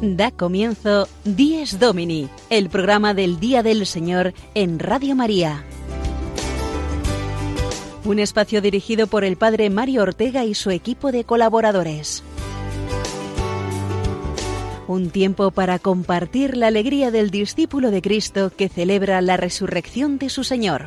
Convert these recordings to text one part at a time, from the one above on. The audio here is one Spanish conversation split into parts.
Da comienzo Dies Domini, el programa del Día del Señor en Radio María. Un espacio dirigido por el Padre Mario Ortega y su equipo de colaboradores. Un tiempo para compartir la alegría del discípulo de Cristo que celebra la resurrección de su Señor.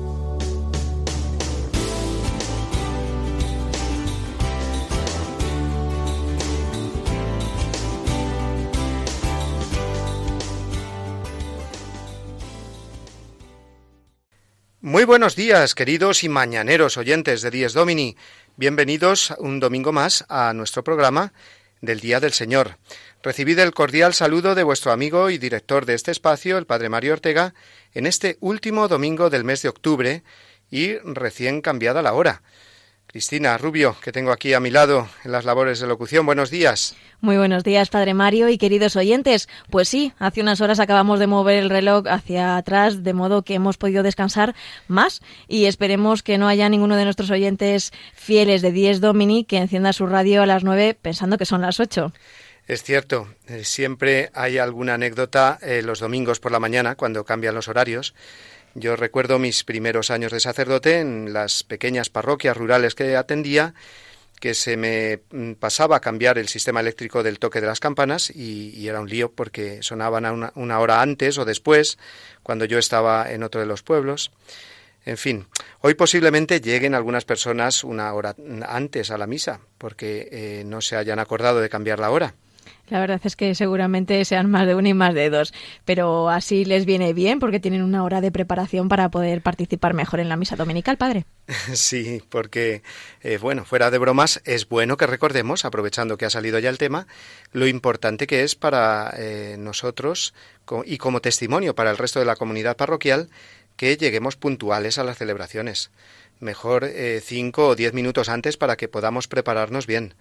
Muy buenos días, queridos y mañaneros oyentes de Dies Domini. Bienvenidos un domingo más a nuestro programa del Día del Señor. Recibid el cordial saludo de vuestro amigo y director de este espacio, el Padre Mario Ortega, en este último domingo del mes de octubre y recién cambiada la hora. Cristina Rubio, que tengo aquí a mi lado en las labores de locución. Buenos días. Muy buenos días, Padre Mario y queridos oyentes. Pues sí, hace unas horas acabamos de mover el reloj hacia atrás, de modo que hemos podido descansar más y esperemos que no haya ninguno de nuestros oyentes fieles de Dies Domini que encienda su radio a las 9 pensando que son las 8. Es cierto, siempre hay alguna anécdota los domingos por la mañana cuando cambian los horarios. Yo recuerdo mis primeros años de sacerdote en las pequeñas parroquias rurales que atendía, que se me pasaba a cambiar el sistema eléctrico del toque de las campanas y era un lío porque sonaban una hora antes o después, cuando yo estaba en otro de los pueblos. En fin, hoy posiblemente lleguen algunas personas una hora antes a la misa porque no se hayan acordado de cambiar la hora. La verdad es que seguramente sean más de uno y más de dos, pero así les viene bien porque tienen una hora de preparación para poder participar mejor en la misa dominical, Padre. Sí, porque, fuera de bromas, es bueno que recordemos, aprovechando que ha salido ya el tema, lo importante que es para nosotros y como testimonio para el resto de la comunidad parroquial que lleguemos puntuales a las celebraciones. Mejor 5 o 10 minutos antes para que podamos prepararnos bien.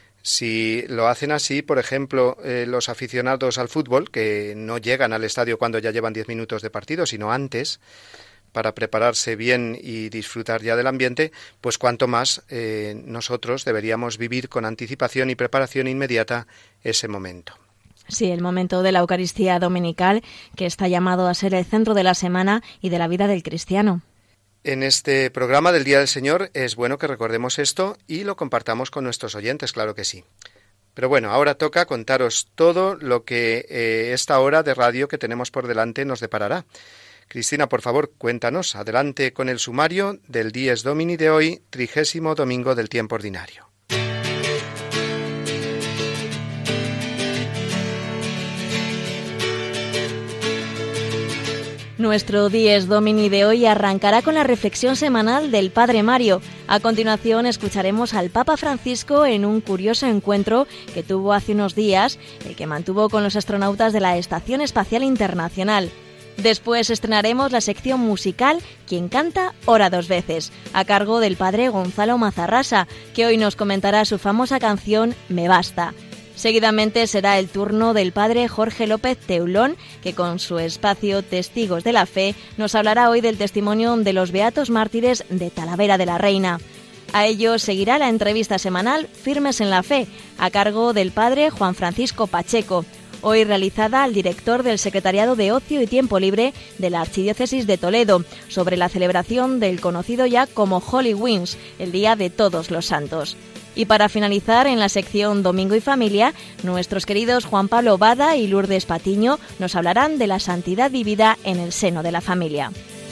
Si lo hacen así, por ejemplo, los aficionados al fútbol, que no llegan al estadio cuando ya llevan 10 minutos de partido, sino antes, para prepararse bien y disfrutar ya del ambiente, pues cuanto más nosotros deberíamos vivir con anticipación y preparación inmediata ese momento. Sí, el momento de la Eucaristía dominical, que está llamado a ser el centro de la semana y de la vida del cristiano. En este programa del Día del Señor es bueno que recordemos esto y lo compartamos con nuestros oyentes, claro que sí. Pero bueno, ahora toca contaros todo lo que esta hora de radio que tenemos por delante nos deparará. Cristina, por favor, cuéntanos, adelante con el sumario del Dies Domini de hoy, 30º domingo del tiempo ordinario. Nuestro Dies Domini de hoy arrancará con la reflexión semanal del Padre Mario. A continuación escucharemos al Papa Francisco en un curioso encuentro que tuvo hace unos días, el que mantuvo con los astronautas de la Estación Espacial Internacional. Después estrenaremos la sección musical Quien canta, ora dos veces, a cargo del Padre Gonzalo Mazarrasa, que hoy nos comentará su famosa canción Me Basta. Seguidamente será el turno del Padre Jorge López Teulón, que con su espacio Testigos de la Fe nos hablará hoy del testimonio de los beatos mártires de Talavera de la Reina. A ello seguirá la entrevista semanal Firmes en la Fe, a cargo del Padre Juan Francisco Pacheco, hoy realizada al director del Secretariado de Ocio y Tiempo Libre de la Archidiócesis de Toledo, sobre la celebración del conocido ya como Holy Wings, el Día de Todos los Santos. Y para finalizar, en la sección Domingo y Familia, nuestros queridos Juan Pablo Bada y Lourdes Patiño nos hablarán de la santidad vivida en el seno de la familia.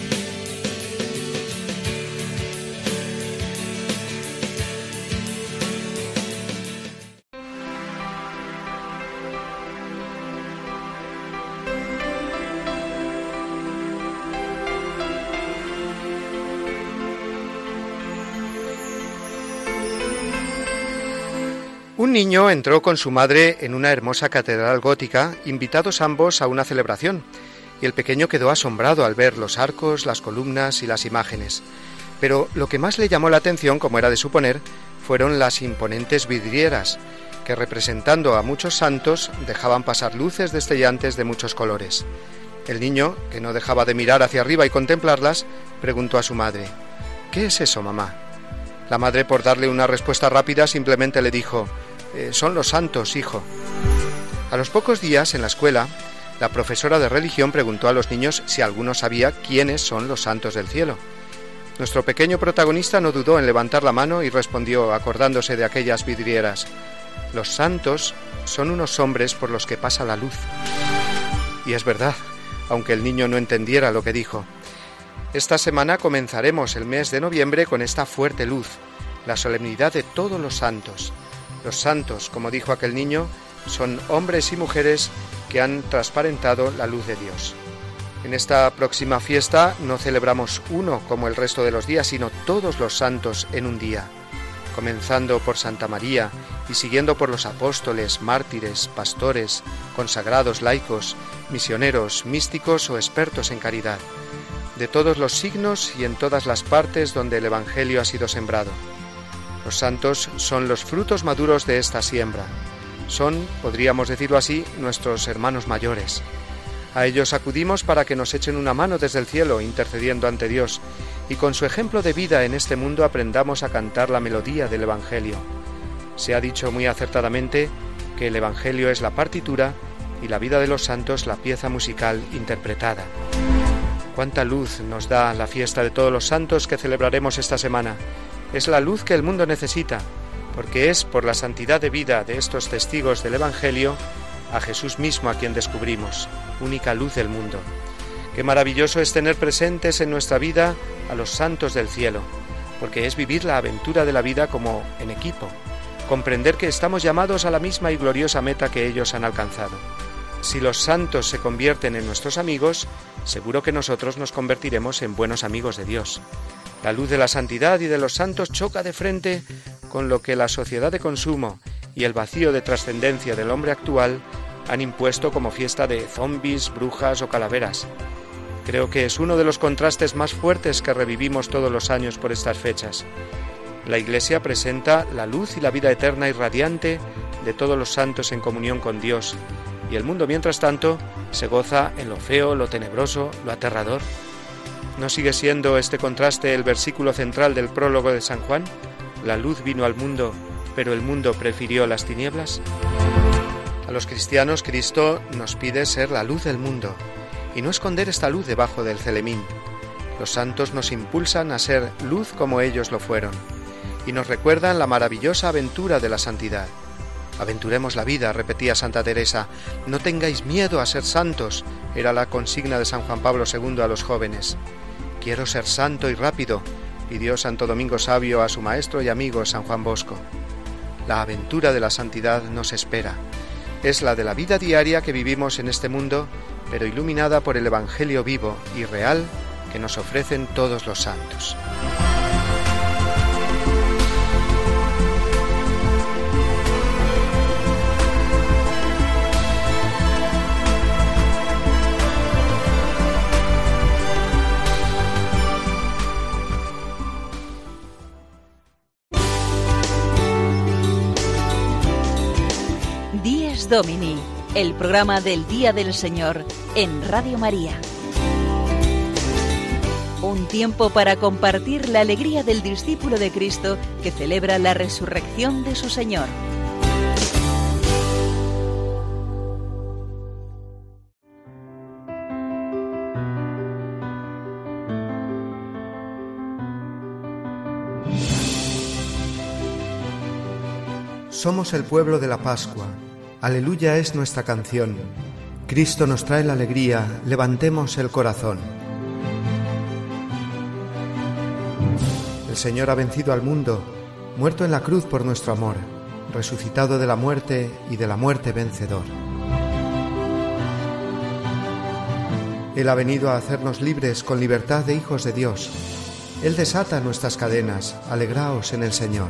Un niño entró con su madre en una hermosa catedral gótica, invitados ambos a una celebración, y el pequeño quedó asombrado al ver los arcos, las columnas y las imágenes. Pero lo que más le llamó la atención, como era de suponer, fueron las imponentes vidrieras, que representando a muchos santos dejaban pasar luces destellantes de muchos colores. El niño, que no dejaba de mirar hacia arriba y contemplarlas, preguntó a su madre: «¿Qué es eso, mamá?». La madre, por darle una respuesta rápida, simplemente le dijo: «Son los santos, hijo». A los pocos días, en la escuela, la profesora de religión preguntó a los niños si alguno sabía quiénes son los santos del cielo. Nuestro pequeño protagonista no dudó en levantar la mano y respondió, acordándose de aquellas vidrieras: los santos son unos hombres por los que pasa la luz. Y es verdad, aunque el niño no entendiera lo que dijo. Esta semana comenzaremos el mes de noviembre con esta fuerte luz, la solemnidad de todos los santos. Los santos, como dijo aquel niño, son hombres y mujeres que han transparentado la luz de Dios. En esta próxima fiesta no celebramos uno como el resto de los días, sino todos los santos en un día, comenzando por Santa María y siguiendo por los apóstoles, mártires, pastores, consagrados, laicos, misioneros, místicos o expertos en caridad, de todos los signos y en todas las partes donde el Evangelio ha sido sembrado. Los santos son los frutos maduros de esta siembra. Son, podríamos decirlo así, nuestros hermanos mayores. A ellos acudimos para que nos echen una mano desde el cielo, intercediendo ante Dios, y con su ejemplo de vida en este mundo aprendamos a cantar la melodía del Evangelio. Se ha dicho muy acertadamente que el Evangelio es la partitura y la vida de los santos la pieza musical interpretada. Cuánta luz nos da la fiesta de todos los santos que celebraremos esta semana. Es la luz que el mundo necesita, porque es por la santidad de vida de estos testigos del Evangelio a Jesús mismo a quien descubrimos, única luz del mundo. Qué maravilloso es tener presentes en nuestra vida a los santos del cielo, porque es vivir la aventura de la vida como en equipo, comprender que estamos llamados a la misma y gloriosa meta que ellos han alcanzado. Si los santos se convierten en nuestros amigos, seguro que nosotros nos convertiremos en buenos amigos de Dios. La luz de la santidad y de los santos choca de frente con lo que la sociedad de consumo y el vacío de trascendencia del hombre actual han impuesto como fiesta de zombis, brujas o calaveras. Creo que es uno de los contrastes más fuertes que revivimos todos los años por estas fechas. La Iglesia presenta la luz y la vida eterna y radiante de todos los santos en comunión con Dios, y el mundo, mientras tanto, se goza en lo feo, lo tenebroso, lo aterrador. ¿No sigue siendo este contraste el versículo central del prólogo de San Juan? La luz vino al mundo, pero el mundo prefirió las tinieblas. A los cristianos, Cristo nos pide ser la luz del mundo y no esconder esta luz debajo del celemín. Los santos nos impulsan a ser luz como ellos lo fueron y nos recuerdan la maravillosa aventura de la santidad. Aventuremos la vida, repetía Santa Teresa. No tengáis miedo a ser santos, era la consigna de San Juan Pablo II a los jóvenes. Quiero ser santo y rápido, pidió Santo Domingo Sabio a su maestro y amigo San Juan Bosco. La aventura de la santidad nos espera. Es la de la vida diaria que vivimos en este mundo, pero iluminada por el Evangelio vivo y real que nos ofrecen todos los santos. Dies Domini, el programa del Día del Señor en Radio María. Un tiempo para compartir la alegría del discípulo de Cristo que celebra la resurrección de su Señor. Somos el pueblo de la Pascua. Aleluya es nuestra canción. Cristo nos trae la alegría, levantemos el corazón. El Señor ha vencido al mundo, muerto en la cruz por nuestro amor, resucitado de la muerte y de la muerte vencedor. Él ha venido a hacernos libres con libertad de hijos de Dios. Él desata nuestras cadenas, alegraos en el Señor.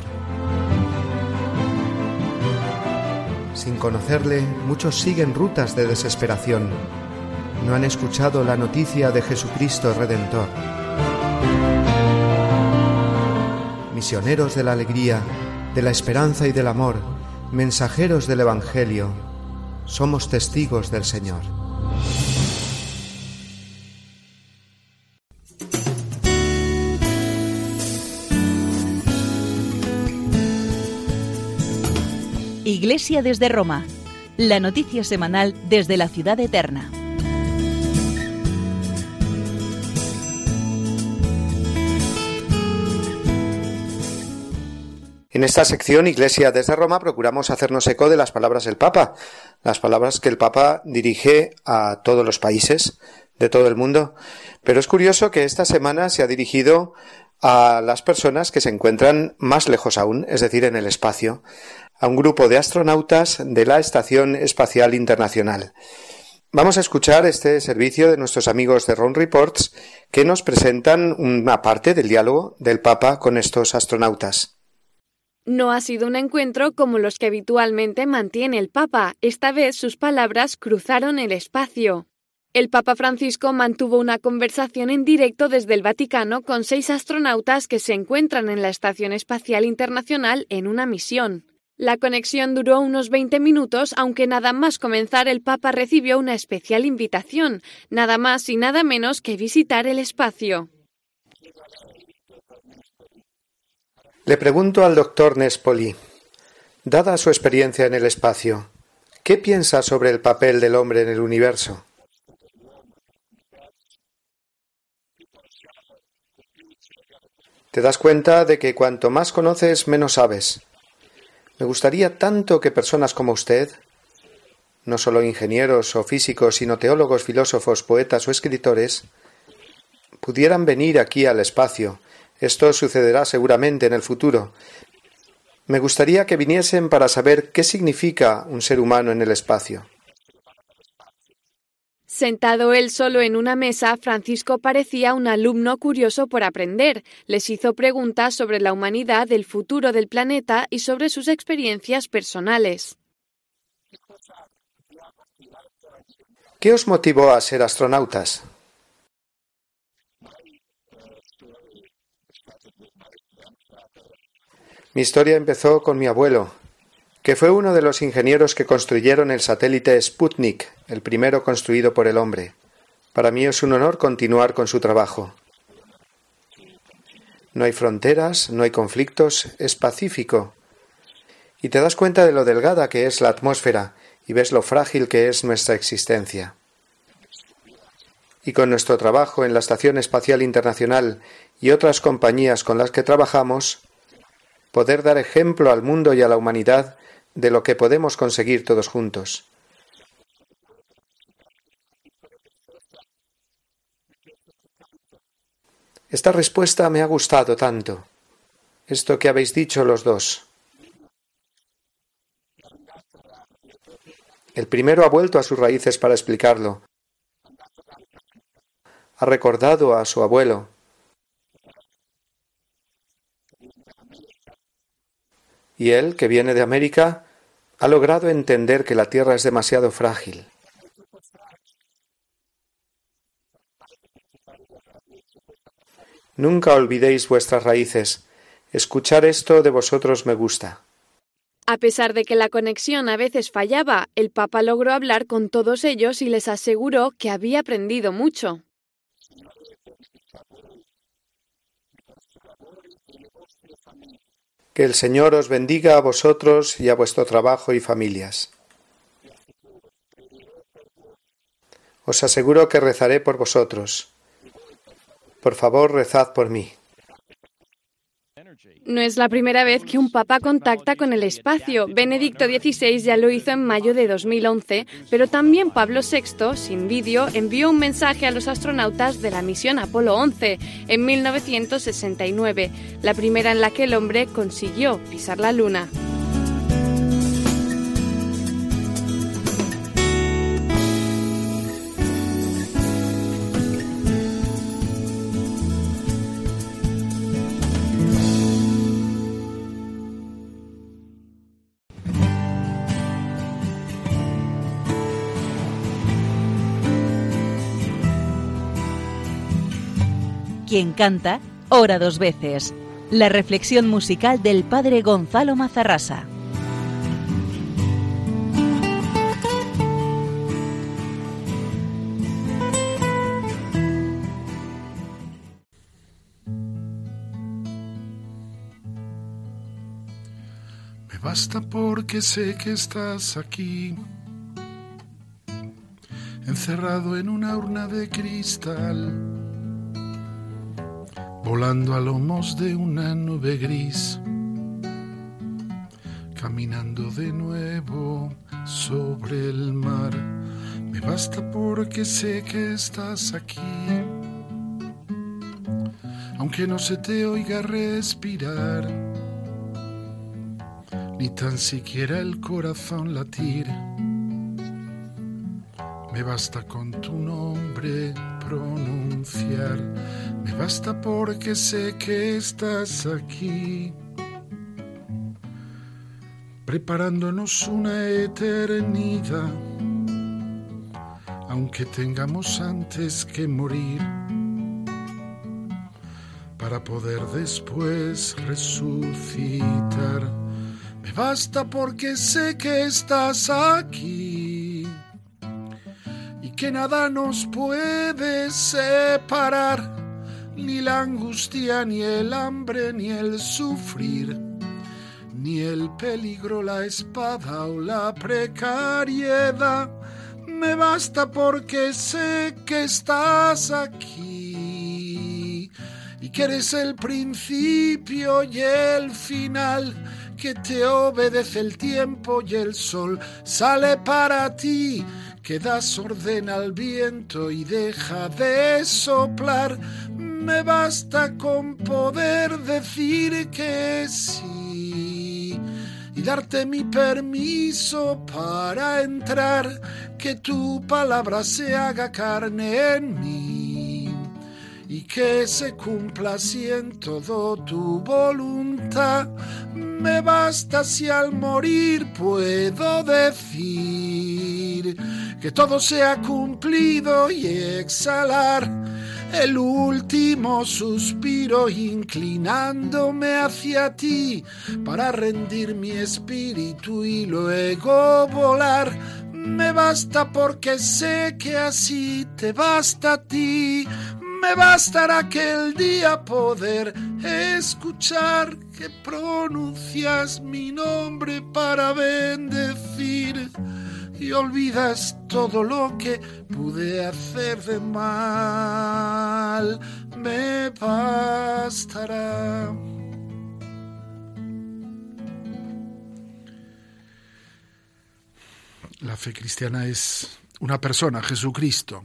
Sin conocerle, muchos siguen rutas de desesperación. No han escuchado la noticia de Jesucristo Redentor. Misioneros de la alegría, de la esperanza y del amor, mensajeros del Evangelio, somos testigos del Señor. Iglesia desde Roma, la noticia semanal desde la Ciudad Eterna. En esta sección Iglesia desde Roma procuramos hacernos eco de las palabras del Papa, las palabras que el Papa dirige a todos los países de todo el mundo. Pero es curioso que esta semana se ha dirigido a las personas que se encuentran más lejos aún, es decir, en el espacio, a un grupo de astronautas de la Estación Espacial Internacional. Vamos a escuchar este servicio de nuestros amigos de Ron Reports que nos presentan una parte del diálogo del Papa con estos astronautas. No ha sido un encuentro como los que habitualmente mantiene el Papa. Esta vez sus palabras cruzaron el espacio. El Papa Francisco mantuvo una conversación en directo desde el Vaticano con 6 astronautas que se encuentran en la Estación Espacial Internacional en una misión. La conexión duró unos 20 minutos, aunque nada más comenzar el Papa recibió una especial invitación, nada más y nada menos que visitar el espacio. Le pregunto al doctor Nespoli, dada su experiencia en el espacio, ¿qué piensa sobre el papel del hombre en el universo? Te das cuenta de que cuanto más conoces, menos sabes. Me gustaría tanto que personas como usted, no solo ingenieros o físicos, sino teólogos, filósofos, poetas o escritores, pudieran venir aquí al espacio. Esto sucederá seguramente en el futuro. Me gustaría que viniesen para saber qué significa un ser humano en el espacio. Sentado él solo en una mesa, Francisco parecía un alumno curioso por aprender. Les hizo preguntas sobre la humanidad, el futuro del planeta y sobre sus experiencias personales. ¿Qué os motivó a ser astronautas? Mi historia empezó con mi abuelo, que fue uno de los ingenieros que construyeron el satélite Sputnik, el primero construido por el hombre. Para mí es un honor continuar con su trabajo. No hay fronteras, no hay conflictos, es pacífico. Y te das cuenta de lo delgada que es la atmósfera y ves lo frágil que es nuestra existencia. Y con nuestro trabajo en la Estación Espacial Internacional y otras compañías con las que trabajamos, poder dar ejemplo al mundo y a la humanidad de lo que podemos conseguir todos juntos. Esta respuesta me ha gustado tanto. Esto que habéis dicho los dos. El primero ha vuelto a sus raíces para explicarlo. Ha recordado a su abuelo. Y él, que viene de América, ha logrado entender que la Tierra es demasiado frágil. Nunca olvidéis vuestras raíces. Escuchar esto de vosotros me gusta. A pesar de que la conexión a veces fallaba, el Papa logró hablar con todos ellos y les aseguró que había aprendido mucho. Que el Señor os bendiga a vosotros y a vuestro trabajo y familias. Os aseguro que rezaré por vosotros. Por favor, rezad por mí. No es la primera vez que un papa contacta con el espacio. Benedicto XVI ya lo hizo en mayo de 2011, pero también Pablo VI, sin vídeo, envió un mensaje a los astronautas de la misión Apolo 11 en 1969, la primera en la que el hombre consiguió pisar la Luna. Quien canta, ora 2 veces. La reflexión musical del padre Gonzalo Mazarrasa. Me basta porque sé que estás aquí. encerrado en una urna de cristal, volando a lomos de una nube gris, caminando de nuevo sobre el mar. Me basta porque sé que estás aquí, aunque no se te oiga respirar, ni tan siquiera el corazón latir. Me basta con tu nombre pronunciar, me basta porque sé que estás aquí, preparándonos una eternidad, aunque tengamos antes que morir, para poder después resucitar. Me basta porque sé que estás aquí y que nada nos puede separar, ni la angustia, ni el hambre, ni el sufrir, ni el peligro, la espada o la precariedad. Me basta porque sé que estás aquí y que eres el principio y el final, que te obedece el tiempo y el sol sale para ti, que das orden al viento y deja de soplar. Me basta con poder decir que sí y darte mi permiso para entrar, que tu palabra se haga carne en mí y que se cumpla así en todo tu voluntad. Me basta si al morir puedo decir que todo se ha cumplido y exhalar el último suspiro inclinándome hacia ti para rendir mi espíritu y luego volar. Me basta porque sé que así te basta a ti. Me bastará aquel día poder escuchar que pronuncias mi nombre para bendecir y olvidas todo lo que pude hacer de mal. Me bastará. La fe cristiana es una persona, Jesucristo.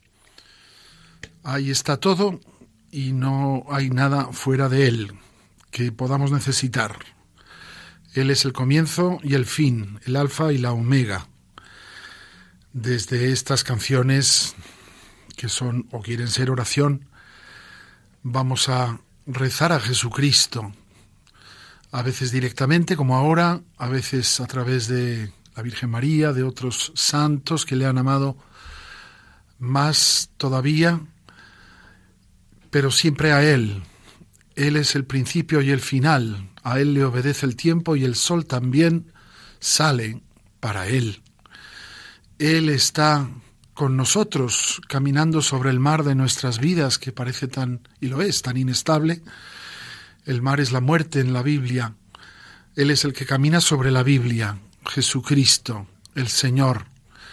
Ahí está todo y no hay nada fuera de Él que podamos necesitar. Él es el comienzo y el fin, el alfa y la omega. Desde estas canciones que son o quieren ser oración, vamos a rezar a Jesucristo, a veces directamente como ahora, a veces a través de la Virgen María, de otros santos que le han amado más todavía, pero siempre a Él. Él es el principio y el final, a Él le obedece el tiempo y el sol también sale para Él. Él está con nosotros, caminando sobre el mar de nuestras vidas, que parece tan, y lo es, tan inestable. El mar es la muerte en la Biblia. Él es el que camina sobre la Biblia, Jesucristo, el Señor.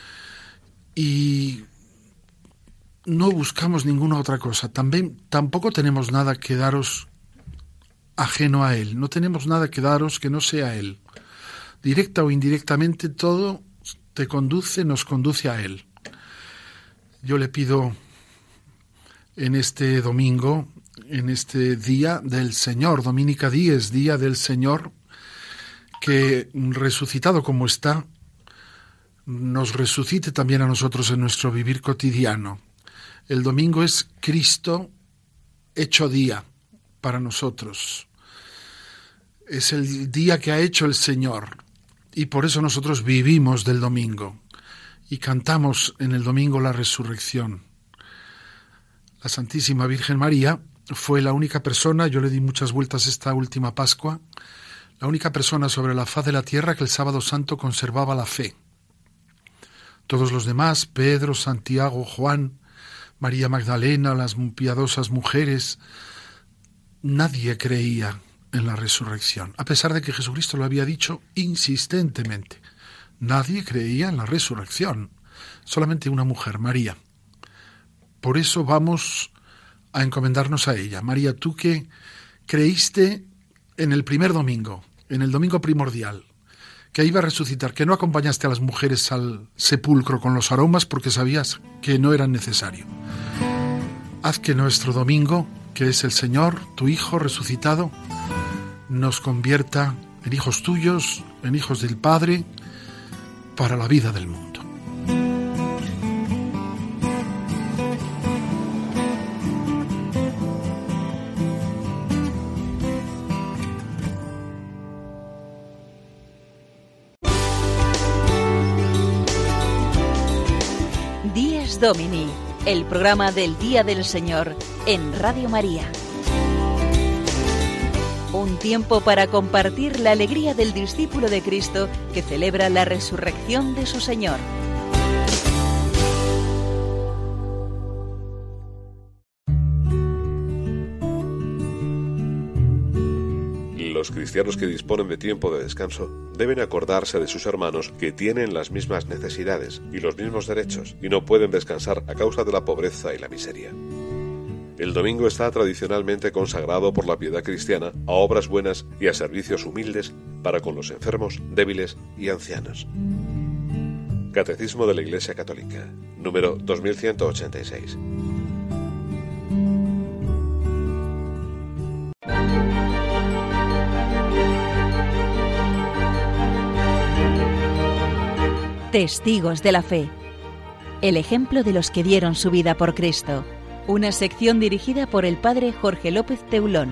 Y no buscamos ninguna otra cosa. Tampoco tenemos nada que daros ajeno a Él. No tenemos nada que daros que no sea Él. Directa o indirectamente, todo nos conduce a Él. Yo le pido en este domingo, en este día del Señor, Dominica Dies, día del Señor, que resucitado como está, nos resucite también a nosotros en nuestro vivir cotidiano. El domingo es Cristo hecho día para nosotros. Es el día que ha hecho el Señor y por eso nosotros vivimos del domingo y cantamos en el domingo la resurrección. La Santísima Virgen María fue la única persona, yo le di muchas vueltas esta última Pascua, la única persona sobre la faz de la tierra que el Sábado Santo conservaba la fe. Todos los demás, Pedro, Santiago, Juan, María Magdalena, las piadosas mujeres, nadie creía en la resurrección, a pesar de que Jesucristo lo había dicho insistentemente. Nadie creía en la resurrección. solamente una mujer, María. Por eso vamos a encomendarnos a ella. María, tú que creíste en el primer domingo, en el domingo primordial, que iba a resucitar, que no acompañaste a las mujeres al sepulcro con los aromas porque sabías que no era necesario. Haz que nuestro domingo, que es el Señor, tu Hijo resucitado, nos convierta en hijos tuyos, en hijos del Padre, para la vida del mundo. Dies Domini, el programa del Día del Señor en Radio María. Un tiempo para compartir la alegría del discípulo de Cristo que celebra la resurrección de su Señor. Los cristianos que disponen de tiempo de descanso deben acordarse de sus hermanos que tienen las mismas necesidades y los mismos derechos y no pueden descansar a causa de la pobreza y la miseria. El domingo está tradicionalmente consagrado por la piedad cristiana a obras buenas y a servicios humildes para con los enfermos, débiles y ancianos. Catecismo de la Iglesia Católica, número 2186. Testigos de la Fe. El ejemplo de los que dieron su vida por Cristo. Una sección dirigida por el padre Jorge López Teulón.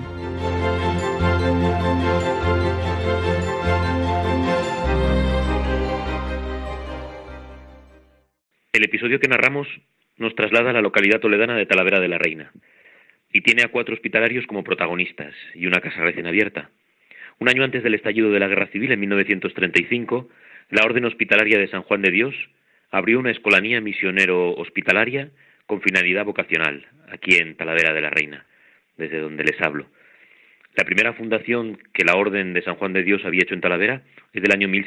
El episodio que narramos nos traslada a la localidad toledana de Talavera de la Reina y tiene a 4 hospitalarios como protagonistas y una casa recién abierta. Un año antes del estallido de la Guerra Civil, en 1935, la Orden Hospitalaria de San Juan de Dios abrió una escolanía misionero-hospitalaria con finalidad vocacional, aquí en Talavera de la Reina, desde donde les hablo. La primera fundación que la Orden de San Juan de Dios había hecho en Talavera es del año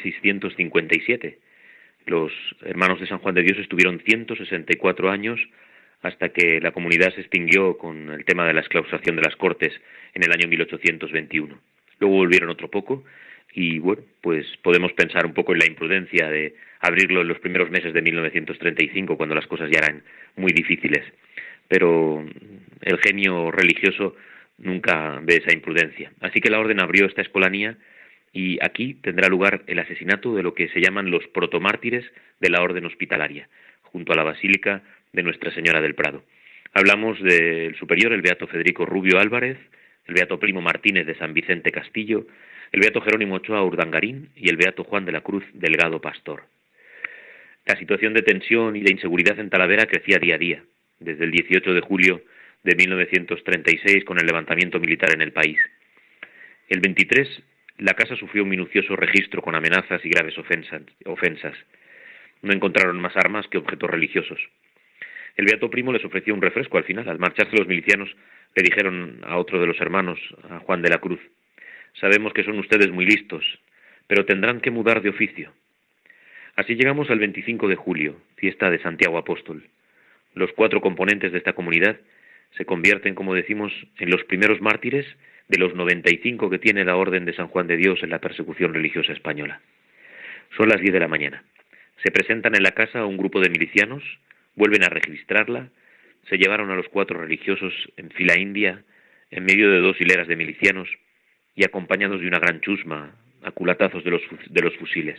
1657. Los hermanos de San Juan de Dios estuvieron 164 años hasta que la comunidad se extinguió con el tema de la exclaustración de las Cortes en el año 1821. Luego volvieron otro poco y, bueno, pues podemos pensar un poco en la imprudencia de abrirlo en los primeros meses de 1935, cuando las cosas ya eran muy difíciles. Pero el genio religioso nunca ve esa imprudencia. Así que la orden abrió esta escolanía y aquí tendrá lugar el asesinato de lo que se llaman los protomártires de la orden hospitalaria, junto a la Basílica de Nuestra Señora del Prado. Hablamos del superior, el beato Federico Rubio Álvarez, el beato Primo Martínez de San Vicente Castillo, el beato Jerónimo Ochoa Urdangarín y el beato Juan de la Cruz Delgado Pastor. La situación de tensión y de inseguridad en Talavera crecía día a día, desde el 18 de julio de 1936 con el levantamiento militar en el país. El 23, la casa sufrió un minucioso registro con amenazas y graves ofensas. No encontraron más armas que objetos religiosos. El beato Primo les ofreció un refresco al final. Al marcharse los milicianos le dijeron a otro de los hermanos, a Juan de la Cruz: «Sabemos que son ustedes muy listos, pero tendrán que mudar de oficio». Así llegamos al 25 de julio, fiesta de Santiago Apóstol. Los 4 componentes de esta comunidad se convierten, como decimos, en los primeros mártires de los 95 que tiene la Orden de San Juan de Dios en la persecución religiosa española. Son las 10 de la mañana. Se presentan en la casa un grupo de milicianos, vuelven a registrarla, se llevaron a los 4 religiosos en fila india, en medio de 2 hileras de milicianos y acompañados de una gran chusma, a culatazos de los fusiles.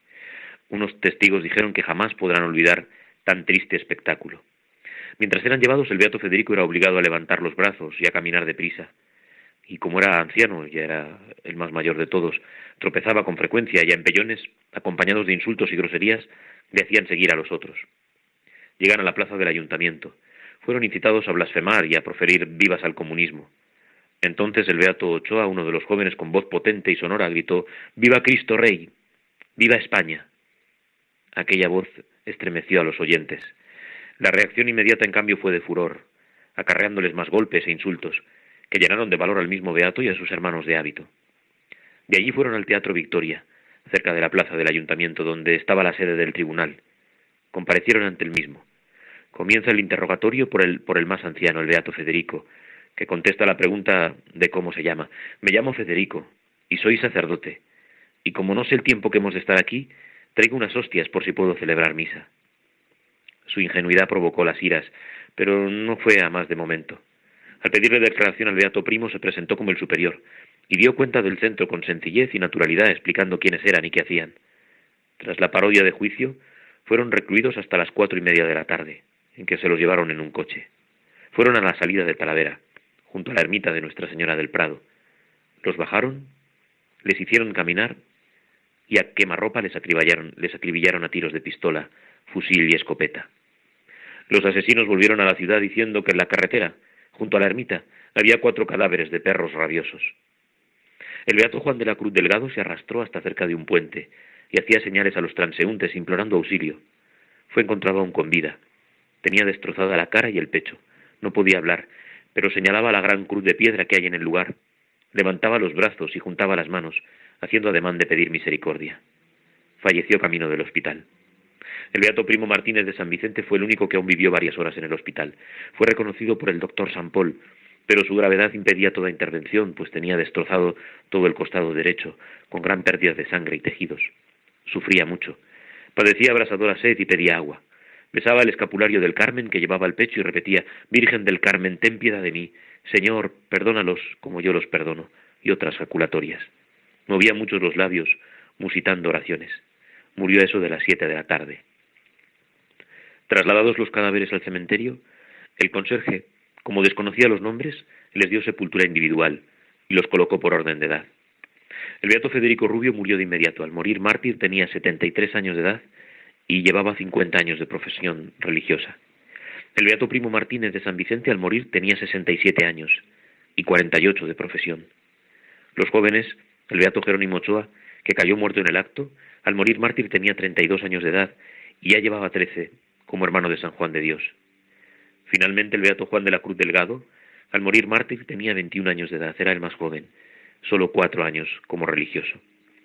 Unos testigos dijeron que jamás podrán olvidar tan triste espectáculo. Mientras eran llevados, el beato Federico era obligado a levantar los brazos y a caminar deprisa. Y como era anciano, ya era el más mayor de todos, tropezaba con frecuencia y a empellones, acompañados de insultos y groserías, le hacían seguir a los otros. Llegan a la plaza del ayuntamiento. Fueron incitados a blasfemar y a proferir vivas al comunismo. Entonces el beato Ochoa, uno de los jóvenes con voz potente y sonora, gritó: «¡Viva Cristo Rey! ¡Viva España!». Aquella voz estremeció a los oyentes. La reacción inmediata, en cambio, fue de furor, acarreándoles más golpes e insultos, que llenaron de valor al mismo beato y a sus hermanos de hábito. De allí fueron al Teatro Victoria, cerca de la plaza del ayuntamiento, donde estaba la sede del tribunal. comparecieron ante el mismo. Comienza el interrogatorio por el más anciano, el beato Federico, que contesta la pregunta de cómo se llama. Me llamo Federico y soy sacerdote, y como no sé el tiempo que hemos de estar aquí, traigo unas hostias por si puedo celebrar misa. Su ingenuidad provocó las iras, pero no fue a más de momento. Al pedirle declaración al beato primo se presentó como el superior y dio cuenta del centro con sencillez y naturalidad, explicando quiénes eran y qué hacían. Tras la parodia de juicio, fueron recluidos hasta las 4:30 de la tarde, en que se los llevaron en un coche. Fueron a la salida de Talavera, junto a la ermita de Nuestra Señora del Prado. Los bajaron, les hicieron caminar y a quemarropa les acribillaron a tiros de pistola, fusil y escopeta. Los asesinos volvieron a la ciudad diciendo que en la carretera, junto a la ermita, había 4 cadáveres de perros rabiosos. El beato Juan de la Cruz Delgado se arrastró hasta cerca de un puente y hacía señales a los transeúntes implorando auxilio. Fue encontrado aún con vida. Tenía destrozada la cara y el pecho. No podía hablar, pero señalaba la gran cruz de piedra que hay en el lugar. Levantaba los brazos y juntaba las manos, haciendo ademán de pedir misericordia. Falleció camino del hospital. El beato primo Martínez de San Vicente fue el único que aún vivió varias horas en el hospital. Fue reconocido por el doctor San Paul, pero su gravedad impedía toda intervención, pues tenía destrozado todo el costado derecho, con gran pérdida de sangre y tejidos. Sufría mucho. Padecía abrasadora sed y pedía agua. Besaba el escapulario del Carmen que llevaba al pecho y repetía: Virgen del Carmen, ten piedad de mí. Señor, perdónalos como yo los perdono, y otras jaculatorias. Movía mucho los labios, musitando oraciones. Murió a eso de las 7 de la tarde. Trasladados los cadáveres al cementerio, el conserje, como desconocía los nombres, les dio sepultura individual y los colocó por orden de edad. El beato Federico Rubio murió de inmediato. Al morir mártir tenía 73 años de edad y llevaba 50 años de profesión religiosa. El beato primo Martínez de San Vicente al morir tenía 67 años y 48 de profesión. Los jóvenes, el beato Jerónimo Ochoa, que cayó muerto en el acto, al morir mártir tenía 32 años de edad y ya llevaba 13 como hermano de San Juan de Dios. Finalmente el beato Juan de la Cruz Delgado, al morir mártir tenía 21 años de edad, era el más joven, solo 4 años como religioso.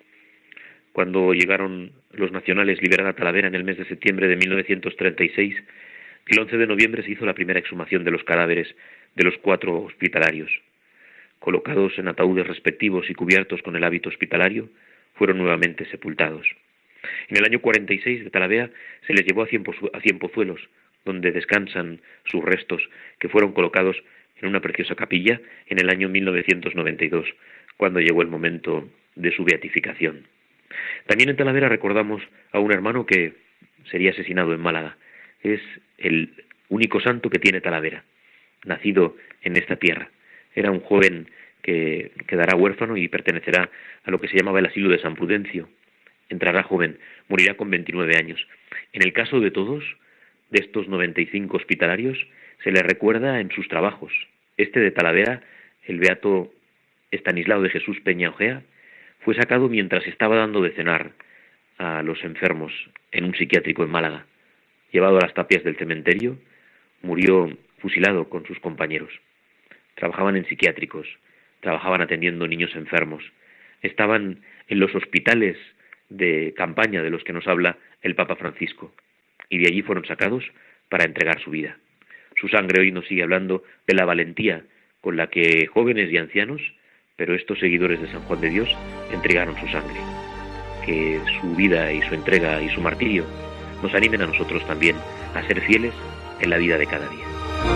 Cuando llegaron los nacionales liberar a Talavera en el mes de septiembre de 1936, el 11 de noviembre se hizo la primera exhumación de los cadáveres de los 4 hospitalarios. Colocados en ataúdes respectivos y cubiertos con el hábito hospitalario, fueron nuevamente sepultados. En el año 46 de Talavera se les llevó a Cienpozuelos, donde descansan sus restos, que fueron colocados en una preciosa capilla en el año 1992, cuando llegó el momento de su beatificación. También en Talavera recordamos a un hermano que sería asesinado en Málaga. Es el único santo que tiene Talavera, nacido en esta tierra. Era un joven que quedará huérfano y pertenecerá a lo que se llamaba el asilo de San Prudencio. Entrará joven, morirá con 29 años. En el caso de todos, de estos 95 hospitalarios, se les recuerda en sus trabajos. Este de Talavera, el beato Estanislao de Jesús Peña Ojea, fue sacado mientras estaba dando de cenar a los enfermos en un psiquiátrico en Málaga. Llevado a las tapias del cementerio, murió fusilado con sus compañeros. Trabajaban en psiquiátricos, trabajaban atendiendo niños enfermos, estaban en los hospitales de campaña de los que nos habla el Papa Francisco, y de allí fueron sacados para entregar su vida. Su sangre hoy nos sigue hablando de la valentía con la que jóvenes y ancianos, pero estos seguidores de San Juan de Dios, entregaron su sangre. Que su vida y su entrega y su martirio nos animen a nosotros también a ser fieles en la vida de cada día.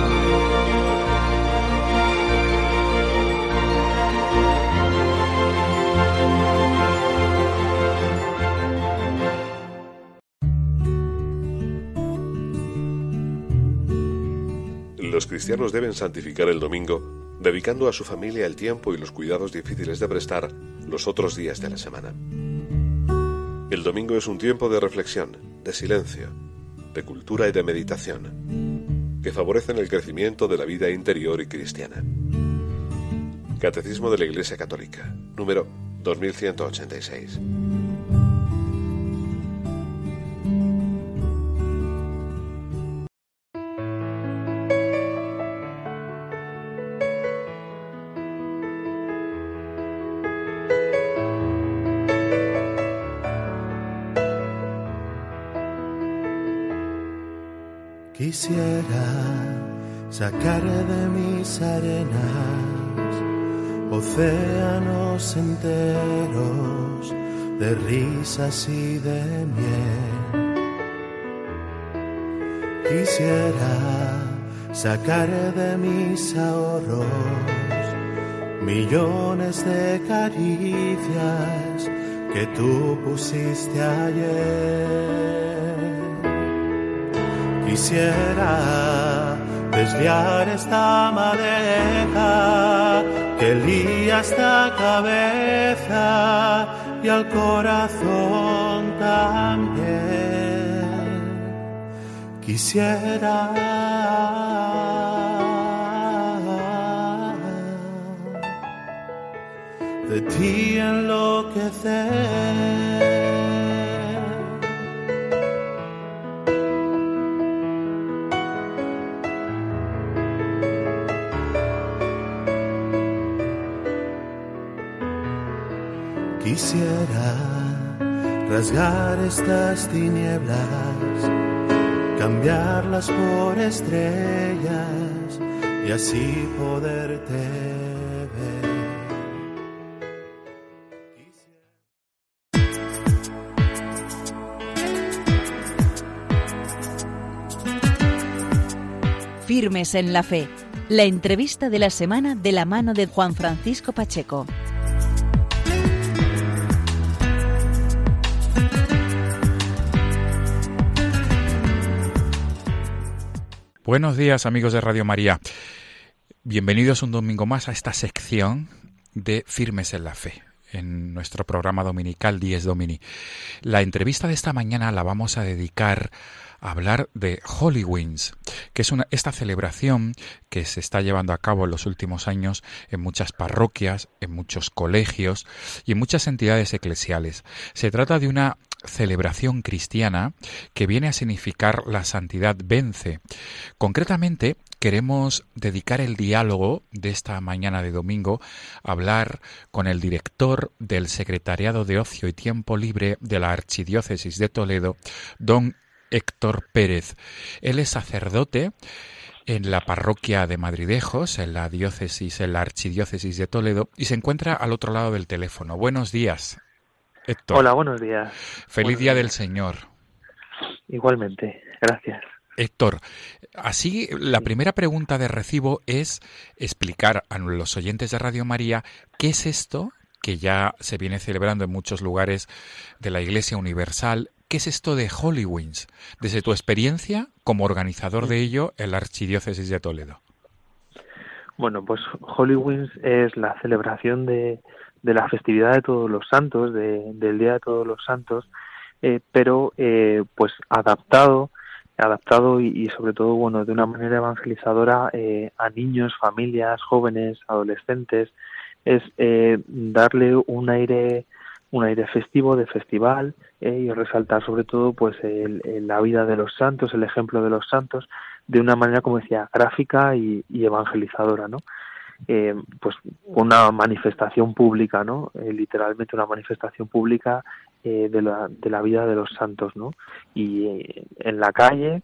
Los cristianos deben santificar el domingo, dedicando a su familia el tiempo y los cuidados difíciles de prestar los otros días de la semana. El domingo es un tiempo de reflexión, de silencio, de cultura y de meditación, que favorecen el crecimiento de la vida interior y cristiana. Catecismo de la Iglesia Católica, número 2186. Quisiera sacar de mis arenas océanos enteros de risas y de miel. Quisiera sacar de mis ahorros millones de caricias que tú pusiste ayer. Quisiera desviar esta madeja que lía esta cabeza y al corazón también. Quisiera de ti enloquecer. Quisiera rasgar estas tinieblas, cambiarlas por estrellas y así poderte ver. Firmes en la Fe, la entrevista de la semana de la mano de Juan Francisco Pacheco. Buenos días, amigos de Radio María. Bienvenidos un domingo más a esta sección de Firmes en la Fe, en nuestro programa dominical Dies Domini. La entrevista de esta mañana la vamos a dedicar a hablar de Halloween's, que es esta celebración que se está llevando a cabo en los últimos años en muchas parroquias, en muchos colegios y en muchas entidades eclesiales. Se trata de una celebración cristiana que viene a significar la santidad vence. Concretamente, queremos dedicar el diálogo de esta mañana de domingo a hablar con el director del Secretariado de Ocio y Tiempo Libre de la Archidiócesis de Toledo, don Héctor Pérez. Él es sacerdote en la parroquia de Madridejos, en la Archidiócesis de Toledo, y se encuentra al otro lado del teléfono. Buenos días, Héctor. Hola, buenos días. Feliz Día del Señor. Igualmente, gracias. Héctor, así la primera pregunta de recibo es explicar a los oyentes de Radio María qué es esto que ya se viene celebrando en muchos lugares de la Iglesia Universal. ¿Qué es esto de Halloween's? Desde tu experiencia como organizador de ello en la Archidiócesis de Toledo. Bueno, pues Halloween's es la celebración de la festividad de Todos los Santos, del Día de Todos los Santos, pero pues adaptado y sobre todo, bueno, de una manera evangelizadora a niños, familias, jóvenes, adolescentes. Es darle un aire festivo, de festival, y resaltar sobre todo pues la vida de los santos, el ejemplo de los santos, de una manera, como decía, gráfica y evangelizadora, ¿no? Pues una manifestación pública, ¿no? Literalmente una manifestación pública de la vida de los santos, ¿no? Y en la calle,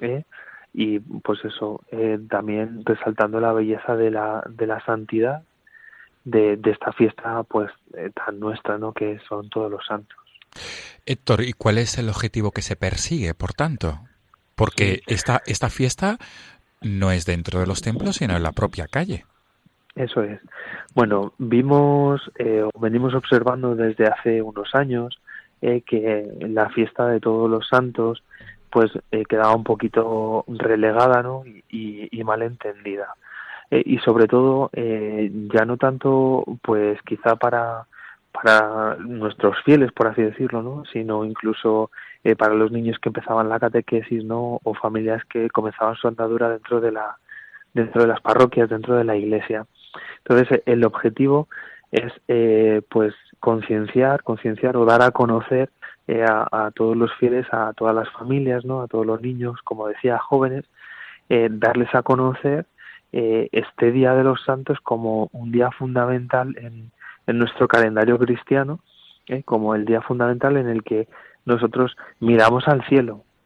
y pues eso, también resaltando la belleza de la santidad de esta fiesta pues tan nuestra, ¿no? Que son Todos los Santos. Héctor, ¿y cuál es el objetivo que se persigue, por tanto? Porque esta fiesta no es dentro de los templos, sino en la propia calle. Eso es. Bueno, venimos observando desde hace unos años que la fiesta de Todos los Santos pues quedaba un poquito relegada, ¿no? y mal entendida. Y sobre todo ya no tanto pues quizá para nuestros fieles, por así decirlo, ¿no? Sino incluso para los niños que empezaban la catequesis, ¿no? O familias que comenzaban su andadura dentro de las parroquias, dentro de la iglesia. Entonces el objetivo es pues concienciar o dar a conocer a todos los fieles, a todas las familias, ¿no? A todos los niños, como decía, jóvenes, darles a conocer este Día de los Santos como un día fundamental en nuestro calendario cristiano, como el día fundamental en el que nosotros miramos al cielo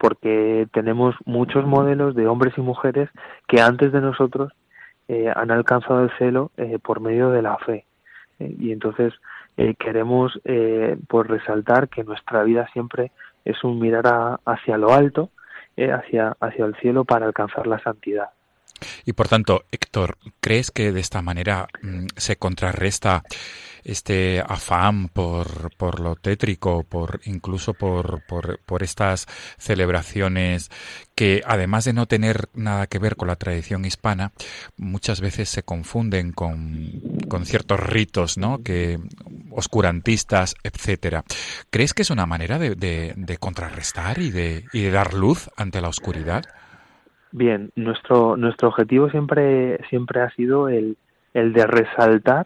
porque tenemos muchos modelos de hombres y mujeres que antes de nosotros han alcanzado el cielo por medio de la fe. Y entonces queremos pues resaltar que nuestra vida siempre es un mirar hacia lo alto, hacia el cielo para alcanzar la santidad. Y por tanto, Héctor, ¿crees que de esta manera se contrarresta este afán por lo tétrico, incluso por estas celebraciones que, además de no tener nada que ver con la tradición hispana, muchas veces se confunden con ciertos ritos, ¿no?, que oscurantistas, etcétera? ¿Crees que es una manera de contrarrestar y de dar luz ante la oscuridad? Bien, nuestro objetivo siempre ha sido el de resaltar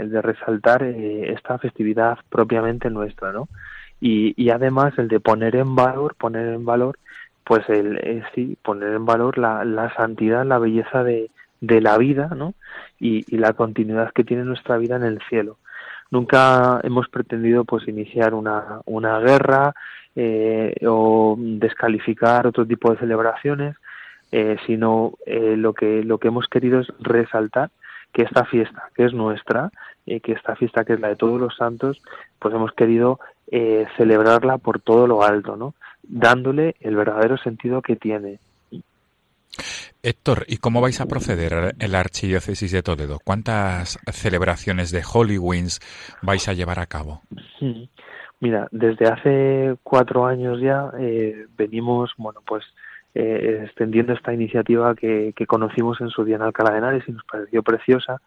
esta festividad propiamente nuestra, ¿no? Y además el de poner en valor pues poner en valor la santidad, la belleza de la vida, ¿no? Y la continuidad que tiene nuestra vida en el cielo. Nunca hemos pretendido pues iniciar una guerra o descalificar otro tipo de celebraciones, sino lo que hemos querido es resaltar que esta fiesta que es nuestra, que esta fiesta que es la de todos los santos, pues hemos querido celebrarla por todo lo alto, ¿no?, dándole el verdadero sentido que tiene. Héctor, ¿y cómo vais a proceder en la Archidiócesis de Toledo? ¿Cuántas celebraciones de Holy Winds vais a llevar a cabo? Mira, desde hace 4 años ya venimos, extendiendo esta iniciativa que conocimos en su día en Alcalá de Henares y nos pareció preciosa,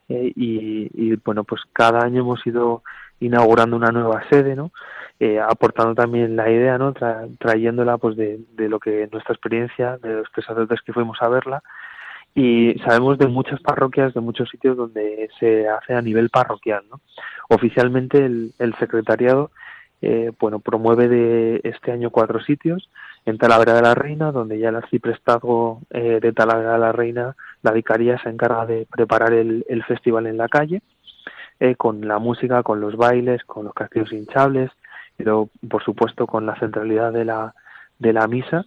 y pues cada año hemos ido inaugurando una nueva sede, ¿no?, aportando también la idea, ¿no?, trayéndola pues de lo que nuestra experiencia, de los 3 sacerdotes que fuimos a verla, y sabemos de muchas parroquias, de muchos sitios donde se hace a nivel parroquial, ¿no? Oficialmente el secretariado promueve de este año 4 sitios: en Talavera de la Reina, donde ya el arciprestazgo de Talavera de la Reina, la vicaría, se encarga de preparar el festival en la calle, con la música, con los bailes, con los castillos hinchables, pero por supuesto con la centralidad de la misa.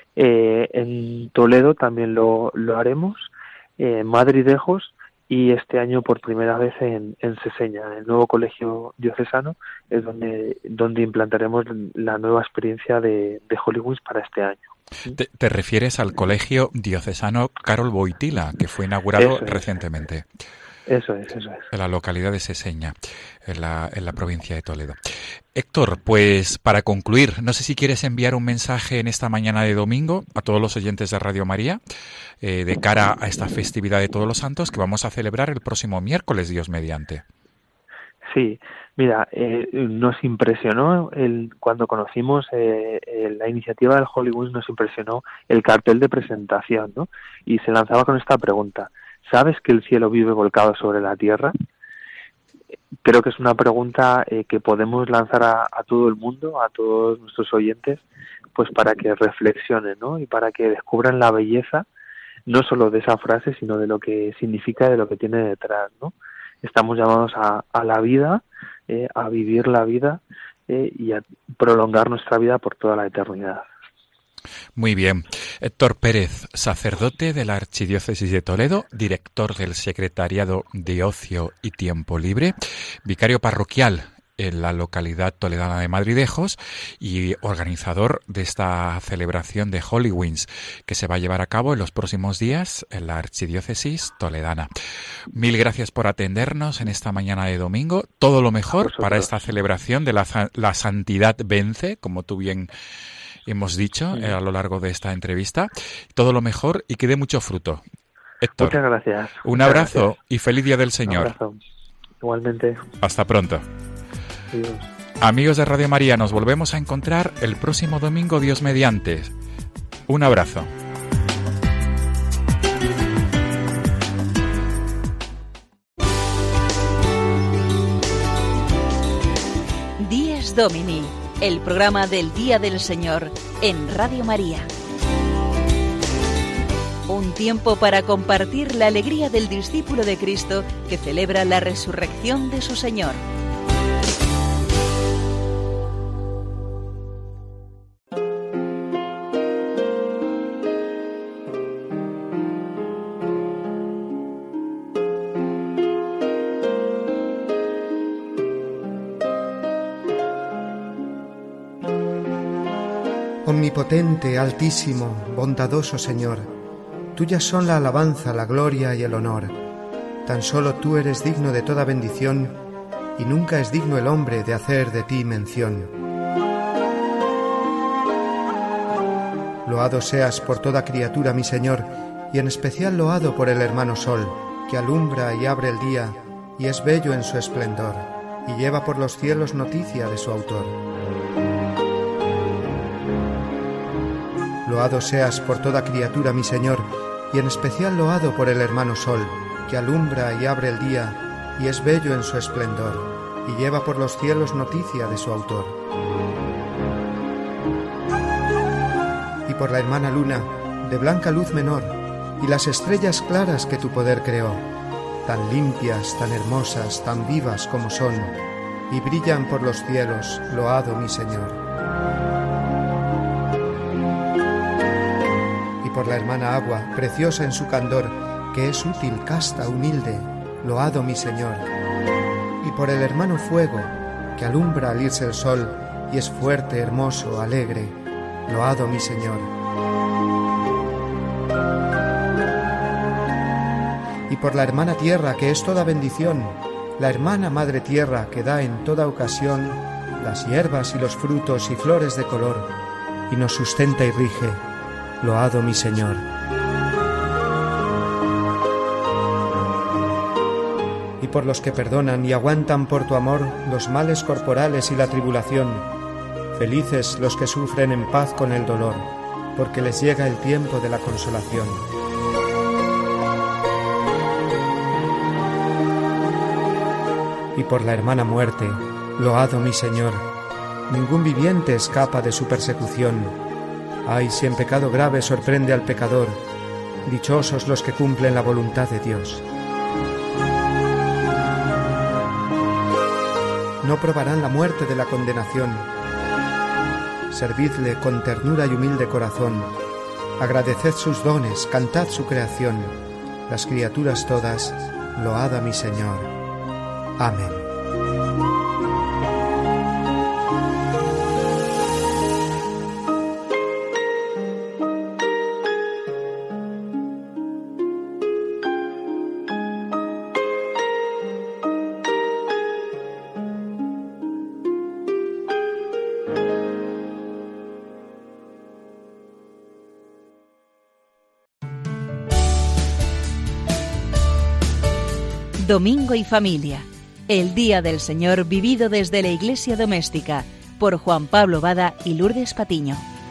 En Toledo también lo haremos, en Madridejos, y este año por primera vez en Seseña, en el nuevo colegio diocesano, es donde implantaremos la nueva experiencia de Holy Winds para este año. ¿Te refieres al colegio diocesano Karol Wojtyła, que fue inaugurado recientemente? Eso es. En la localidad de Seseña, en la provincia de Toledo. Héctor, pues para concluir, no sé si quieres enviar un mensaje en esta mañana de domingo a todos los oyentes de Radio María, de cara a esta festividad de Todos los Santos que vamos a celebrar el próximo miércoles, Dios mediante. Sí, mira, nos impresionó cuando conocimos la iniciativa del Holy Winds, nos impresionó el cartel de presentación, ¿no? Y se lanzaba con esta pregunta: ¿sabes que el cielo vive volcado sobre la tierra? Creo que es una pregunta que podemos lanzar a todo el mundo, a todos nuestros oyentes, pues para que reflexionen, ¿no? Y para que descubran la belleza, no solo de esa frase, sino de lo que significa, de lo que tiene detrás, ¿no? Estamos llamados a la vida, a vivir la vida y a prolongar nuestra vida por toda la eternidad. Muy bien. Héctor Pérez, sacerdote de la Archidiócesis de Toledo, director del Secretariado de Ocio y Tiempo Libre, vicario parroquial en la localidad toledana de Madridejos y organizador de esta celebración de Holy Winds que se va a llevar a cabo en los próximos días en la Archidiócesis toledana. Mil gracias por atendernos en esta mañana de domingo. Todo lo mejor para esta celebración de la santidad vence, como tú bien hemos dicho a lo largo de esta entrevista. Todo lo mejor y que dé mucho fruto. Héctor, muchas gracias. Un abrazo y feliz Día del Señor. Un abrazo. Igualmente. Hasta pronto. Adiós. Amigos de Radio María, nos volvemos a encontrar el próximo domingo, Dios mediante. Un abrazo. Dies Domini, el programa del Día del Señor en Radio María. Un tiempo para compartir la alegría del discípulo de Cristo que celebra la resurrección de su Señor. Omnipotente, altísimo, bondadoso Señor, tuyas son la alabanza, la gloria y el honor. Tan solo tú eres digno de toda bendición, y nunca es digno el hombre de hacer de ti mención. Loado seas por toda criatura, mi Señor, y en especial loado por el hermano Sol, que alumbra y abre el día, y es bello en su esplendor, y lleva por los cielos noticia de su autor. Loado seas por toda criatura, mi Señor, y en especial loado por el hermano Sol, que alumbra y abre el día, y es bello en su esplendor, y lleva por los cielos noticia de su autor. Y por la hermana Luna, de blanca luz menor, y las estrellas claras que tu poder creó, tan limpias, tan hermosas, tan vivas como son, y brillan por los cielos, loado mi Señor. Por la hermana agua, preciosa en su candor, que es útil, casta, humilde, loado mi Señor. Y por el hermano fuego, que alumbra al irse el sol, y es fuerte, hermoso, alegre, loado mi Señor. Y por la hermana tierra, que es toda bendición, la hermana madre tierra, que da en toda ocasión las hierbas y los frutos y flores de color, y nos sustenta y rige, loado mi Señor. Y por los que perdonan y aguantan por tu amor los males corporales y la tribulación, felices los que sufren en paz con el dolor, porque les llega el tiempo de la consolación. Y por la hermana muerte, loado mi Señor, ningún viviente escapa de su persecución. Ay, si en pecado grave sorprende al pecador, dichosos los que cumplen la voluntad de Dios. No probarán la muerte de la condenación. Servidle con ternura y humilde corazón. Agradeced sus dones, cantad su creación. Las criaturas todas, load a mi Señor. Amén. Domingo y Familia, el Día del Señor vivido desde la Iglesia Doméstica, por Juan Pablo Bada y Lourdes Patiño.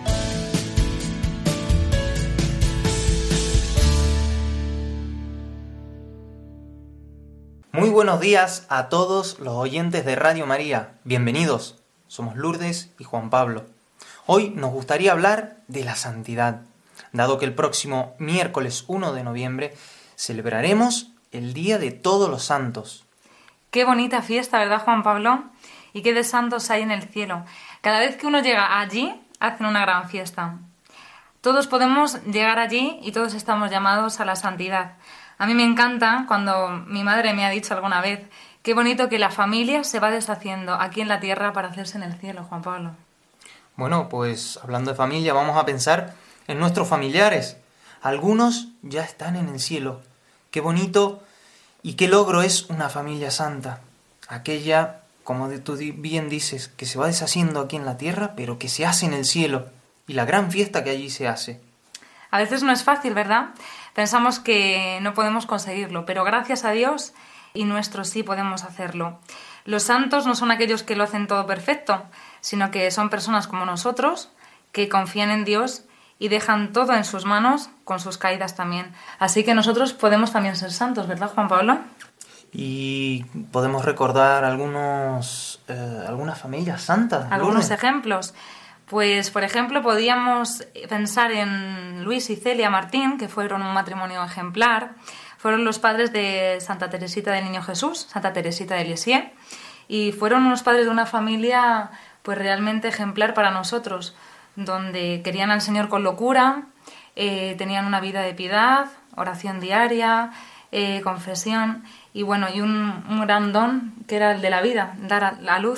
Muy buenos días a todos los oyentes de Radio María. Bienvenidos. Somos Lourdes y Juan Pablo. Hoy nos gustaría hablar de la santidad, dado que el próximo miércoles 1 de noviembre celebraremos el Día de Todos los Santos. Qué bonita fiesta, ¿verdad, Juan Pablo? Y qué de santos hay en el cielo. Cada vez que uno llega allí, hacen una gran fiesta. Todos podemos llegar allí y todos estamos llamados a la santidad. A mí me encanta cuando mi madre me ha dicho alguna vez, qué bonito que la familia se va deshaciendo aquí en la tierra para hacerse en el cielo, Juan Pablo. Bueno, pues hablando de familia, vamos a pensar en nuestros familiares. Algunos ya están en el cielo. Qué bonito y qué logro es una familia santa. Aquella, como tú bien dices, que se va deshaciendo aquí en la tierra, pero que se hace en el cielo. Y la gran fiesta que allí se hace. A veces no es fácil, ¿verdad? Pensamos que no podemos conseguirlo, pero gracias a Dios y nuestros sí podemos hacerlo. Los santos no son aquellos que lo hacen todo perfecto, sino que son personas como nosotros, que confían en Dios y dejan todo en sus manos, con sus caídas también. Así que nosotros podemos también ser santos, ¿verdad, Juan Pablo? Y podemos recordar algunas familias santas. Algunos ejemplos. Pues, por ejemplo, podríamos pensar en Luis y Celia Martín, que fueron un matrimonio ejemplar. Fueron los padres de Santa Teresita del Niño Jesús, Santa Teresita de Lisieux, y fueron unos padres de una familia pues realmente ejemplar para nosotros, donde querían al Señor con locura, tenían una vida de piedad, oración diaria, confesión, y bueno, y un gran don que era el de la vida, dar a la luz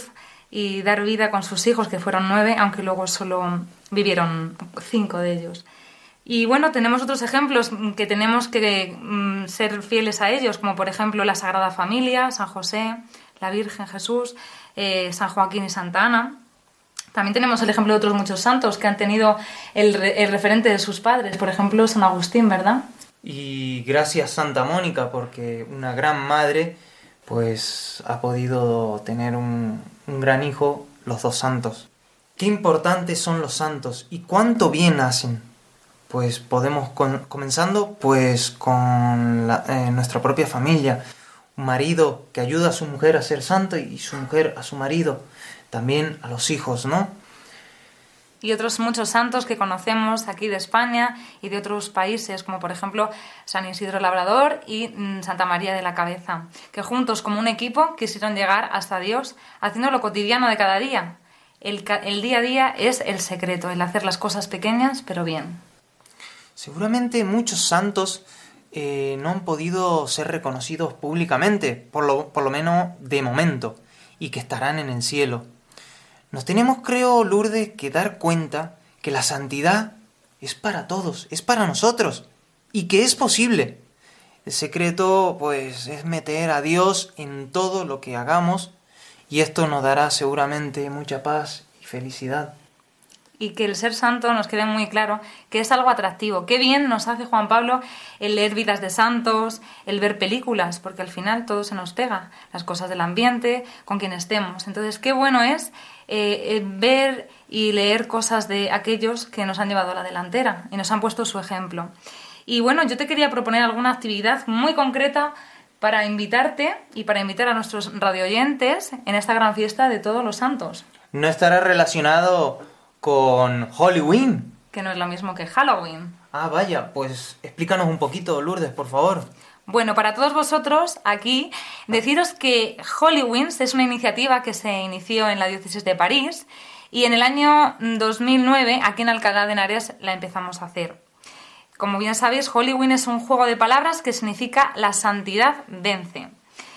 y dar vida con sus hijos, que fueron 9, aunque luego solo vivieron 5 de ellos. Y bueno, tenemos otros ejemplos que tenemos que ser fieles a ellos, como por ejemplo la Sagrada Familia, San José, la Virgen Jesús, San Joaquín y Santa Ana. También tenemos el ejemplo de otros muchos santos que han tenido el referente de sus padres, por ejemplo San Agustín, ¿verdad? Y gracias Santa Mónica, porque una gran madre pues ha podido tener un gran hijo, los 2 santos. Qué importantes son los santos y cuánto bien hacen. Pues podemos comenzando pues con nuestra propia familia. Un marido que ayuda a su mujer a ser santo y su mujer a su marido. También a los hijos, ¿no? Y otros muchos santos que conocemos aquí de España y de otros países, como por ejemplo San Isidro Labrador y Santa María de la Cabeza, que juntos como un equipo quisieron llegar hasta Dios haciendo lo cotidiano de cada día. El día a día es el secreto, el hacer las cosas pequeñas pero bien. Seguramente muchos santos no han podido ser reconocidos públicamente, por lo menos de momento, y que estarán en el cielo. Nos tenemos, creo, Lourdes, que dar cuenta que la santidad es para todos, es para nosotros, y que es posible. El secreto, pues, es meter a Dios en todo lo que hagamos, y esto nos dará seguramente mucha paz y felicidad. Y que el ser santo nos quede muy claro que es algo atractivo. Qué bien nos hace Juan Pablo el leer vidas de santos, el ver películas, porque al final todo se nos pega, las cosas del ambiente, con quien estemos. Entonces, qué bueno es ver y leer cosas de aquellos que nos han llevado a la delantera y nos han puesto su ejemplo. Y bueno, yo te quería proponer alguna actividad muy concreta para invitarte y para invitar a nuestros radioyentes en esta gran fiesta de todos los santos. ¿No estará relacionado con Halloween? Que no es lo mismo que Halloween. Ah, vaya, pues explícanos un poquito, Lourdes, por favor. Bueno, para todos vosotros aquí, deciros que Halloween es una iniciativa que se inició en la diócesis de París y en el año 2009 aquí en Alcalá de Henares la empezamos a hacer. Como bien sabéis, Halloween es un juego de palabras que significa la santidad vence.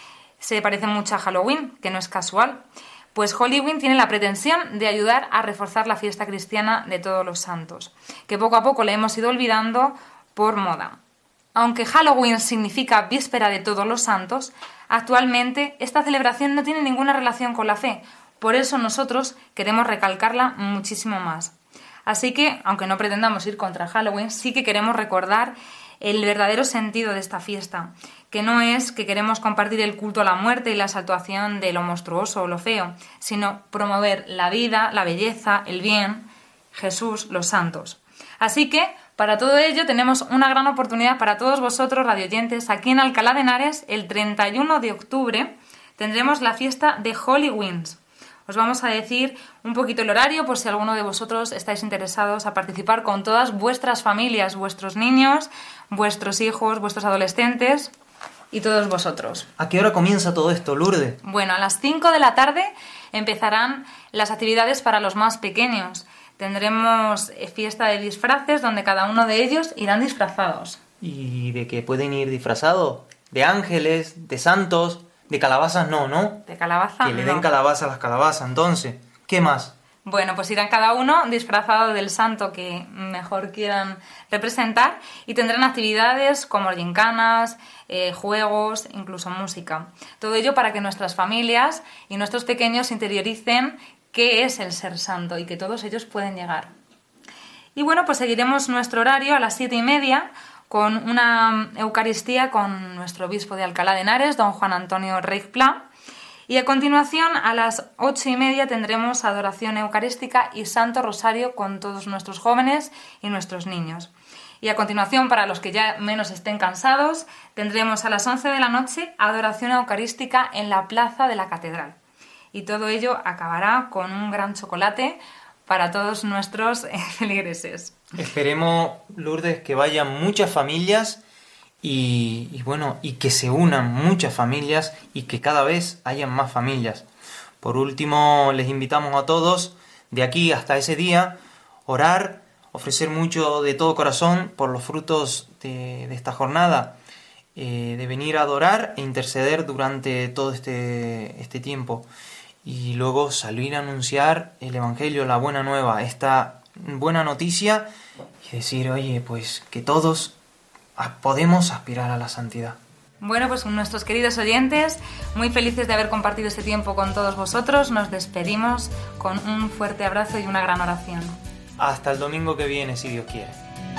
Se parece mucho a Halloween, que no es casual. Pues Halloween tiene la pretensión de ayudar a reforzar la fiesta cristiana de todos los santos, que poco a poco la hemos ido olvidando por moda. Aunque Halloween significa víspera de todos los santos, actualmente esta celebración no tiene ninguna relación con la fe, por eso nosotros queremos recalcarla muchísimo más. Así que, aunque no pretendamos ir contra Halloween, sí que queremos recordar el verdadero sentido de esta fiesta, que no es que queremos compartir el culto a la muerte y la exaltación de lo monstruoso o lo feo, sino promover la vida, la belleza, el bien, Jesús, los santos. Así que, para todo ello, tenemos una gran oportunidad para todos vosotros, radioyentes, aquí en Alcalá de Henares, el 31 de octubre, tendremos la fiesta de Halloween. Os vamos a decir un poquito el horario por si alguno de vosotros estáis interesados a participar con todas vuestras familias, vuestros niños, vuestros hijos, vuestros adolescentes y todos vosotros. ¿A qué hora comienza todo esto, Lourdes? Bueno, a las 5 de la tarde empezarán las actividades para los más pequeños. Tendremos fiesta de disfraces donde cada uno de ellos irán disfrazados. ¿Y de qué pueden ir disfrazados? ¿De ángeles? ¿De santos? ¿De calabazas? No, ¿no? ¿De calabaza? Que le den calabaza a las calabazas, entonces. ¿Qué más? Bueno, pues irán cada uno disfrazado del santo que mejor quieran representar y tendrán actividades como gincanas, juegos, incluso música. Todo ello para que nuestras familias y nuestros pequeños interioricen qué es el ser santo y que todos ellos pueden llegar. Y bueno, pues seguiremos nuestro horario a las 7:30 con una Eucaristía con nuestro obispo de Alcalá de Henares, don Juan Antonio Reig Pla. Y a continuación, a las 8:30, tendremos adoración eucarística y Santo Rosario con todos nuestros jóvenes y nuestros niños. Y a continuación, para los que ya menos estén cansados, tendremos a las 11 de la noche adoración eucarística en la plaza de la catedral. Y todo ello acabará con un gran chocolate para todos nuestros feligreses. Esperemos, Lourdes, que vayan muchas familias y que se unan muchas familias y que cada vez hayan más familias. Por último, les invitamos a todos, de aquí hasta ese día, orar, ofrecer mucho de todo corazón por los frutos de esta jornada, de venir a adorar e interceder durante todo este tiempo. y luego salir a anunciar el Evangelio, la buena nueva, esta buena noticia, y decir, oye, pues que todos podemos aspirar a la santidad. Bueno, pues nuestros queridos oyentes, muy felices de haber compartido este tiempo con todos vosotros, nos despedimos con un fuerte abrazo y una gran oración. Hasta el domingo que viene, si Dios quiere.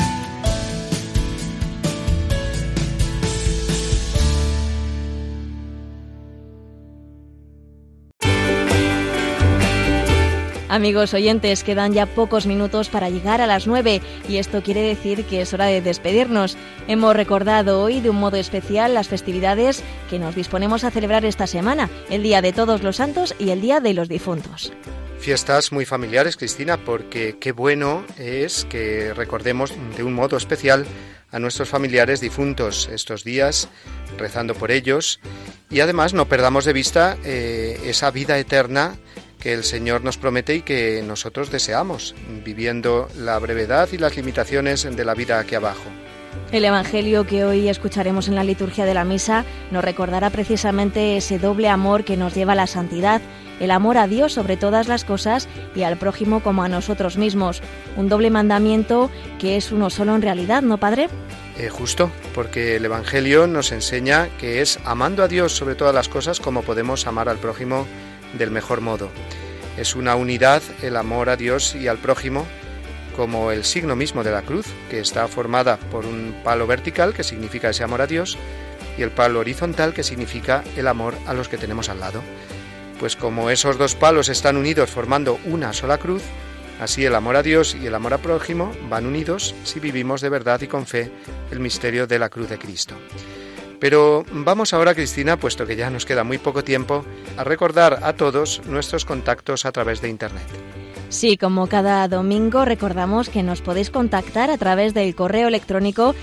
Amigos oyentes, quedan ya pocos minutos para llegar a las 9 y esto quiere decir que es hora de despedirnos. Hemos recordado hoy de un modo especial las festividades que nos disponemos a celebrar esta semana, el Día de Todos los Santos y el Día de los Difuntos. Fiestas muy familiares, Cristina, porque qué bueno es que recordemos de un modo especial a nuestros familiares difuntos estos días, rezando por ellos, y además no perdamos de vista esa vida eterna que el Señor nos promete y que nosotros deseamos, viviendo la brevedad y las limitaciones de la vida aquí abajo. El Evangelio que hoy escucharemos en la liturgia de la misa nos recordará precisamente ese doble amor que nos lleva a la santidad, el amor a Dios sobre todas las cosas y al prójimo como a nosotros mismos. Un doble mandamiento que es uno solo en realidad, ¿no, Padre? Justo, porque el Evangelio nos enseña que es amando a Dios sobre todas las cosas como podemos amar al prójimo del mejor modo. Es una unidad el amor a Dios y al prójimo, como el signo mismo de la cruz, que está formada por un palo vertical, que significa ese amor a Dios, y el palo horizontal, que significa el amor a los que tenemos al lado. Pues como esos dos palos están unidos formando una sola cruz, así el amor a Dios y el amor al prójimo van unidos si vivimos de verdad y con fe el misterio de la cruz de Cristo. Pero vamos ahora, Cristina, puesto que ya nos queda muy poco tiempo, a recordar a todos nuestros contactos a través de Internet. Sí, como cada domingo recordamos que nos podéis contactar a través del correo electrónico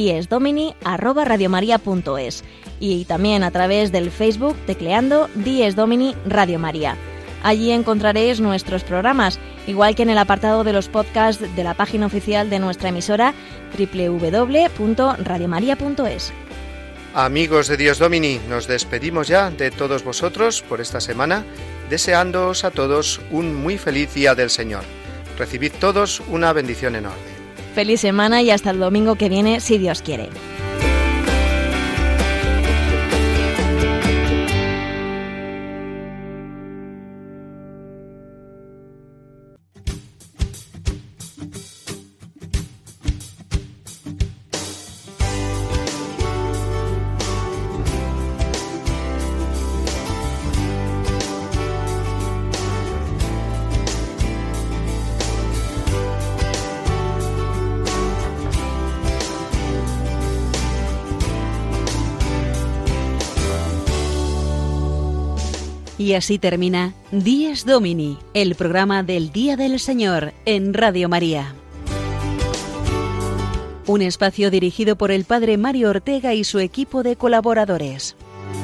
diesdomini@radiomaria.es y también a través del Facebook tecleando Dies Domini Radio María. Allí encontraréis nuestros programas, igual que en el apartado de los podcasts de la página oficial de nuestra emisora www.radiomaria.es. Amigos de Dies Domini, nos despedimos ya de todos vosotros por esta semana, deseándoos a todos un muy feliz día del Señor. Recibid todos una bendición enorme. Feliz semana y hasta el domingo que viene, si Dios quiere. Y así termina Dies Domini, el programa del Día del Señor en Radio María. Un espacio dirigido por el Padre Mario Ortega y su equipo de colaboradores.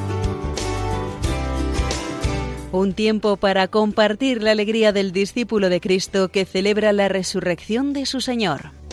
Un tiempo para compartir la alegría del discípulo de Cristo que celebra la resurrección de su Señor.